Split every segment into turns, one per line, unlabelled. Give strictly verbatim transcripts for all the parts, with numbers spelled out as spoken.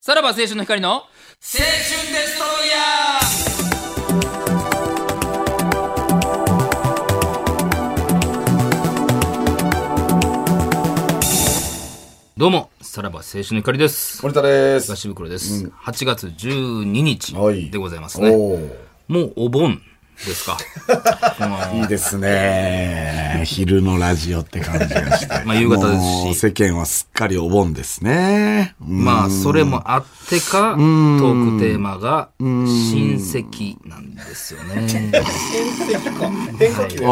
さらば青春の光の青春デストロイヤー。どうもさらば青春の光です。
森田です。
東袋です、うん、はちがつじゅうににちでございますね。もうお盆ですか。
いいですね。昼のラジオって感じがして。
まあ夕方ですし。
世間はすっかりお盆ですね。
まあそれもあってか、トークテーマが親戚なんですよね。親戚か。
変化球。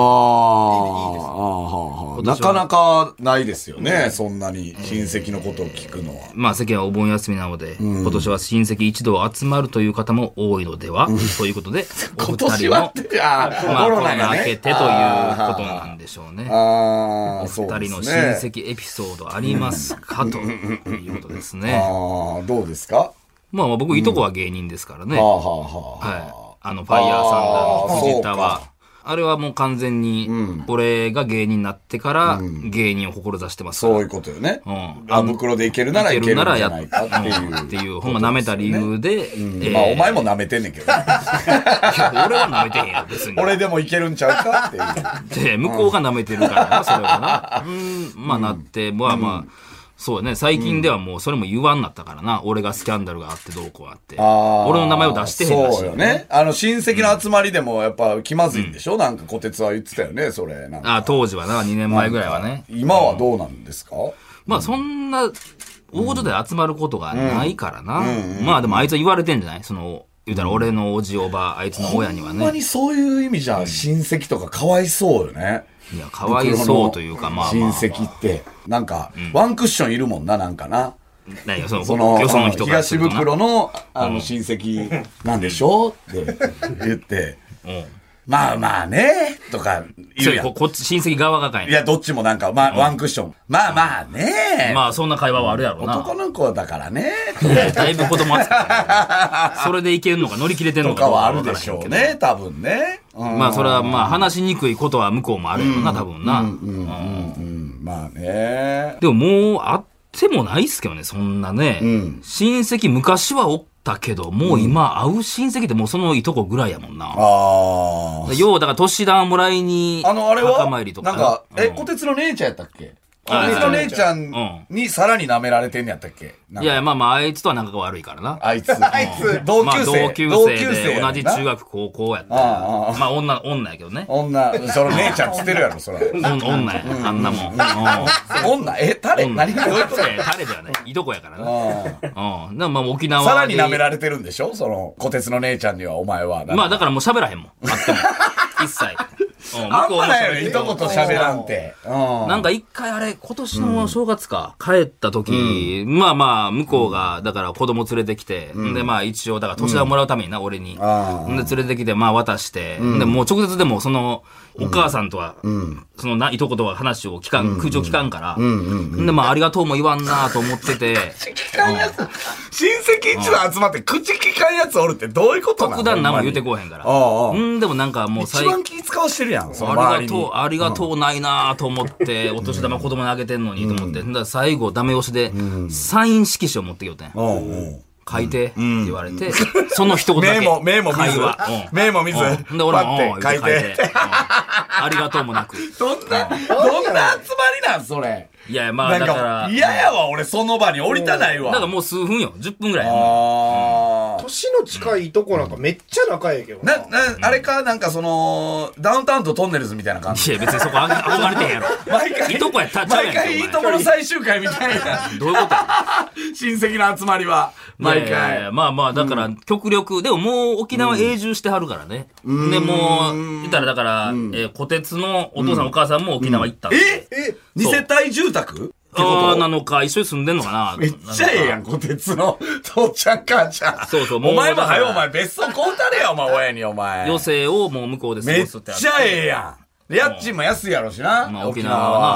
ああ、なかなかないですよね。そんなに親戚のことを聞くのは。
まあ世間はお盆休みなので、今年は親戚一同集まるという方も多いのでは、ということで、お二人も。
あ
あ、まあ、コロナが明けてということなんでしょうね。
あ
お二人の親戚エピソードありますか、ということですね。
ああ、どうですか。
まあ僕いとこは芸人ですからね。
はあは
あはい。あのファイヤーサンダーの藤田は。あれはもう完全に、俺が芸人になってから芸人を志してますから、
そういうことよね。うん。あ袋でいけるならいけるんじゃないかっていう。
っていう、ほんま舐めた理由で。
まあお前も舐めてんねんけど。俺
は舐めてへんやん、別に。
俺でもいけるんちゃうかっていう。
で、向こうが舐めてるからな、それはな。うん、まあなって、まあまあ、そうね、最近ではもうそれも言わんなったからな、うん、俺がスキャンダルがあってどうこうあって、俺の名前を出してへんらしい、
そうよね。あの親戚の集まりでもやっぱ気まずいんでしょ、うん、なんか小鉄は言ってたよね、それ。なんか
あ当時はな、にねんまえぐらいはね。
今はどうなんですか。うん、
まあそんな大所で集まることがないからな、うんうんうん、まあでもあいつは言われてんじゃない、その言うたら俺のおじおば、あいつの親にはね。
ほんまにそういう意味じゃ親戚とかかわいそうよね。
いや、かわいそうというか、まあ、まあ。
親戚って、なんか、うん、ワンクッションいるもんな、なんかな。
何よ、その、
その、
よその人が
東袋の、あの、親戚なんでしょって言って、うん、まあまあね、とか言うやん。
こ, こっち、親戚側がかい
いや、どっちもなんか、まあ、うん、ワンクッション。まあまあね。
まあ、そんな会話はあるやろうな。
男の子だからね。
だいぶ子供扱い。それでいけんのか、乗り切れてんのか。
とかはあるでしょうね、多分ね。
まあ、それはまあ、話しにくいことは向こうもあるよな、多分な。
まあね。
でももう、あってもないっすけどね、そんなね。うん、親戚、昔はおったけど、もう今、会う親戚ってもうそのいとこぐらいやもんな。ああ。よう、だから、年玉もらいに、
あの、あれは
墓参りとか。
なんか、え、小鉄の姉ちゃんやったっけ。あいつの姉ちゃんにさらに舐められてんやったっけ。
いやいや、まあまあ、あいつとは仲が悪いからな。
あいつ。あいつ、同級生。
同級生で、同じ中学高校やった。まあ、女、女やけどね。
女、その姉ちゃんつってるやろ、そら。
女や、あんなもん。
女、え、誰何がどういうこと
誰ではない。いとこやからな。うん。でもまあ、沖縄
さらに舐められてるんでしょ、その、小鉄の姉ちゃんには、お前は。
まあ、だからもう喋らへんもん。あっても。一切。
あんまないよね、いとこと喋らんて。
なんか一回あれ、今年の正月か、帰った時、まあまあ、向こうが、だから子供連れてきて、でまあ一応、だから年玉もらうためにな、俺に。で、連れてきて、まあ渡して、で、もう直接でも、その、お母さんとは、そのな、いとことは話を聞かん、空調聞かんから、で、まあ、ありがとうも言わんなと思ってて。
聞かんやつ、親戚一度集まって口聞かんやつおるってどういうことなの。
特段何も言うてこうへんから。うん、でもなんかもう
最一番気使わしてるやん、その
ありがとう、ありがとうないなと思って、お年玉子供にあげてんのにと思って、だから最後ダメ押しで、サイン色紙を持ってきよってん。書いてって言われて、その一言だけ。
メモ、メモ、会話。メモ、水。
で、俺も、書いて。ありがとうもなく。
どんな、どんな集まりなんそれ。
いや、まあ、だから。
嫌やわ、俺、その場に降りたないわ。
だからもう数分よ。じゅっぷんぐらい。
ああ。年の近いとこなんかめっちゃ仲いいけど
な。な、な、あれか、なんかその、ダウンタウンとトンネルズみたいな感じ。
いや、別にそこ憧れてんやろ。毎回。いとこやったっちゃうやん。
毎回いいとこの最終回みたいな。
どういうこと
親戚の集まりは。毎回。
まあまあ、だから、極力、でももう沖縄永住してはるからね。で、もう、言ったらだから、え、小鉄のお父さんお母さんも沖縄行った。
ええ二世帯住宅
ああ、なのか、一緒に住んでんのかな。
めっちゃええやん、小鉄の父ちゃん母ちゃん。
そうそう、
お前もはよ、お前別荘買うたれや、お前親に、お前。
余生をもう向こうで過ごすって。
めっちゃええやん。家賃も安いやろしな。
まあ沖縄はな。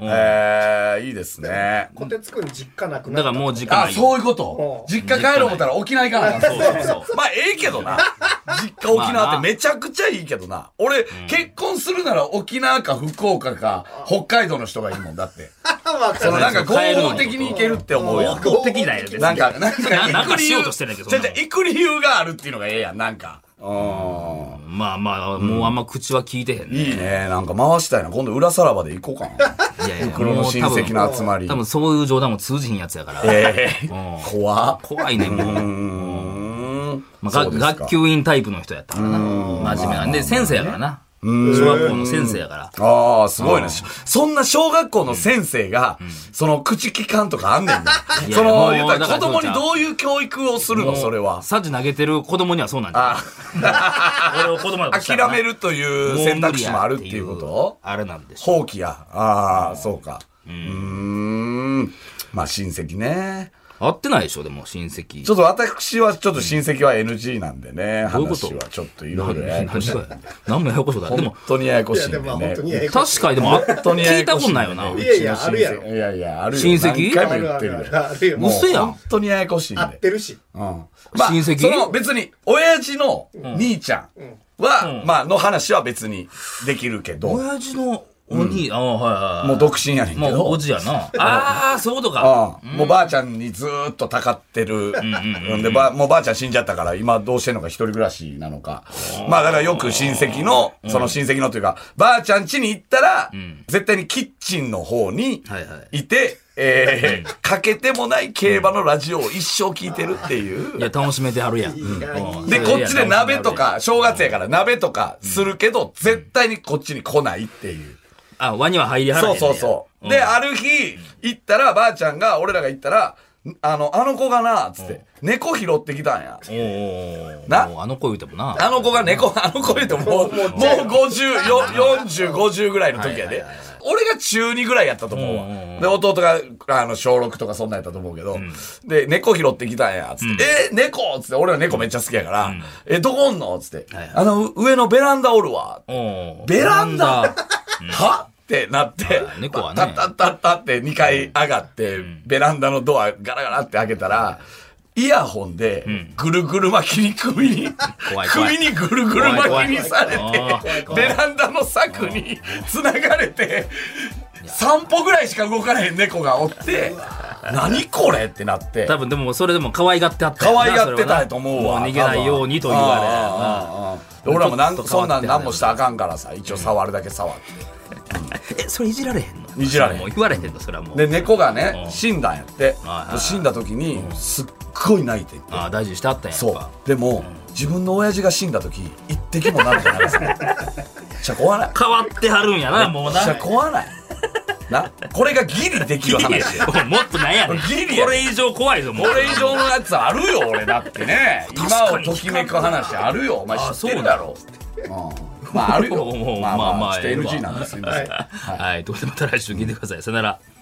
へえ、いいですね。
こてつくん実家なくなった。
だからもう実家な
あ、
いよ。
そういうこと実家帰ろう思ったら沖縄行かなあかん。
そうそうそう。
まあ、ええけどな。実家沖縄ってめちゃくちゃいいけどな。俺、結婚するなら沖縄か福岡か北海道の人がいいもんだって。そのなんか合法的に行けるって思うやん。
合法的だよ。
なんか、なんか、
なんか
行く理由、
しようとしてないけど。
じゃじゃ行く理由があるっていうのがええやん、なんか。
まあまあ、もうあんま口は聞いてへんね。
いいね。なんか回したいな。今度裏さらばで行こうかな。
いやいや、
袋の親戚の集まり。
多分そういう冗談も通じひんやつやから。
ええ。怖っ。
怖いね、もう。
うーん。
まあ、学級委員タイプの人やったからな。真面目なんで、先生やからな。小学校の先生やから。
ああ、すごいね。そんな小学校の先生が、その口聞かんとかあんねんな。その、言ったら子供にどういう教育をするの、それは。
サジ投げてる子供にはそうなんじゃない俺を子供だとしたら
諦めるという選択肢もあるっていうこと
あれなんでしょ。
放棄や。ああ、そうか。うーん。まあ親戚ね。
会ってないでしょ、でも親戚。
ちょっと私はちょっと親戚は エヌジー なんでね。
どういうこと
話はちょっといろいろややこしい。
何もややこしいだ。で
本
も、
当にややこしいんで
いやでも本当に
ね。
ややこしい
確かにでも、
本当にや
聞いた
やこしいんで
ことないよな。
いやいやあるやろ
いやいや、あるよ。
親戚
何回も言ってるよ。
あるあるあるよ
もう
嘘やん
本当にややこしいんで。
合ってるし。
うん。まあ、
親戚
その別に、親父の兄ちゃんは、まあ、の話は別にできるけど、
親父のお兄、ああ、はいはいはい。
もう独身やねんけ
もう
ど。
おじやな。ああ、そういうことか。
ああもうばあちゃんにずーっとたかってる。んで、ば、もうばあちゃん死んじゃったから、今どうしてんのか一人暮らしなのか。まあだからよく親戚の、その親戚のというか、ばあちゃん家に行ったら、絶対にキッチンの方に
はいはい
いて、えー、かけてもない競馬のラジオを一生聞いてるっていう。
いや、楽しめてはるやん。
いや
うん
で、こっちで鍋とか、正月やから鍋とかするけど、絶対にこっちに来ないっていう。
あ、輪には入りはらへんねや。
そうそうそう。で、ある日、行ったら、ばあちゃんが、俺らが行ったら、あの、あの子がな、つって、猫拾ってきたんや。
おー
な
もうあの子言うてもな。
あの子が猫、あの子言うても、もう、もうごじゅう、よんじゅう、ごじゅうぐらいの時やで。俺が中にぐらいやったと思うわ。で、弟が、あの、小ろくとかそんなんやったと思うけど、で、猫拾ってきたんや、つって、えー、猫つって、俺は猫めっちゃ好きやから、え、どこおんのつって、あの、上のベランダおるわ。
おー
ベランダはってなって、
猫はね
タッタッタッタってにかい上がって、ベランダのドアガラガラって開けたら、イヤホンで、ぐるぐる巻きに首に、
怖い怖い
首にぐるぐる巻きにされ
怖い怖い
て、
怖い
ベランダの柵に繋がれて、散歩ぐらいしか動かない猫がおって、何これってなって。
多分でもそれでも可愛がってあったよな。
可愛がってたと思うわ。
もう逃げないようにと言われ
ああああ俺らもなんそんなん何もしたらあかんからさ、一応触るだけ触って。
え、それいじられへんの？
いじられへん
もう言われへんの、それはもう。
で、猫がね、死んだんやって
はいはい。
死んだ時に、すっごい泣いてって。
ああ、大事にしてあったんや。
そう。でも、自分の親父が死んだ時、一滴も涙流せない。めっちゃ怖ない。
変わってはるんやな、もうな。
めっちゃ怖ない。な、これがギリできる話や。
もっとなんやねん。
ギリや
これ以上怖いぞ、もう。
これ以上のやつあるよ、俺だってね。今をときめく話あるよ。お前知ってるだろ。うんまああるよ。
もう
まあまあ、
まあまあ
ちょっと エヌジー なんです。すいません。
はい。ということでまた来週聞いてください。さよなら。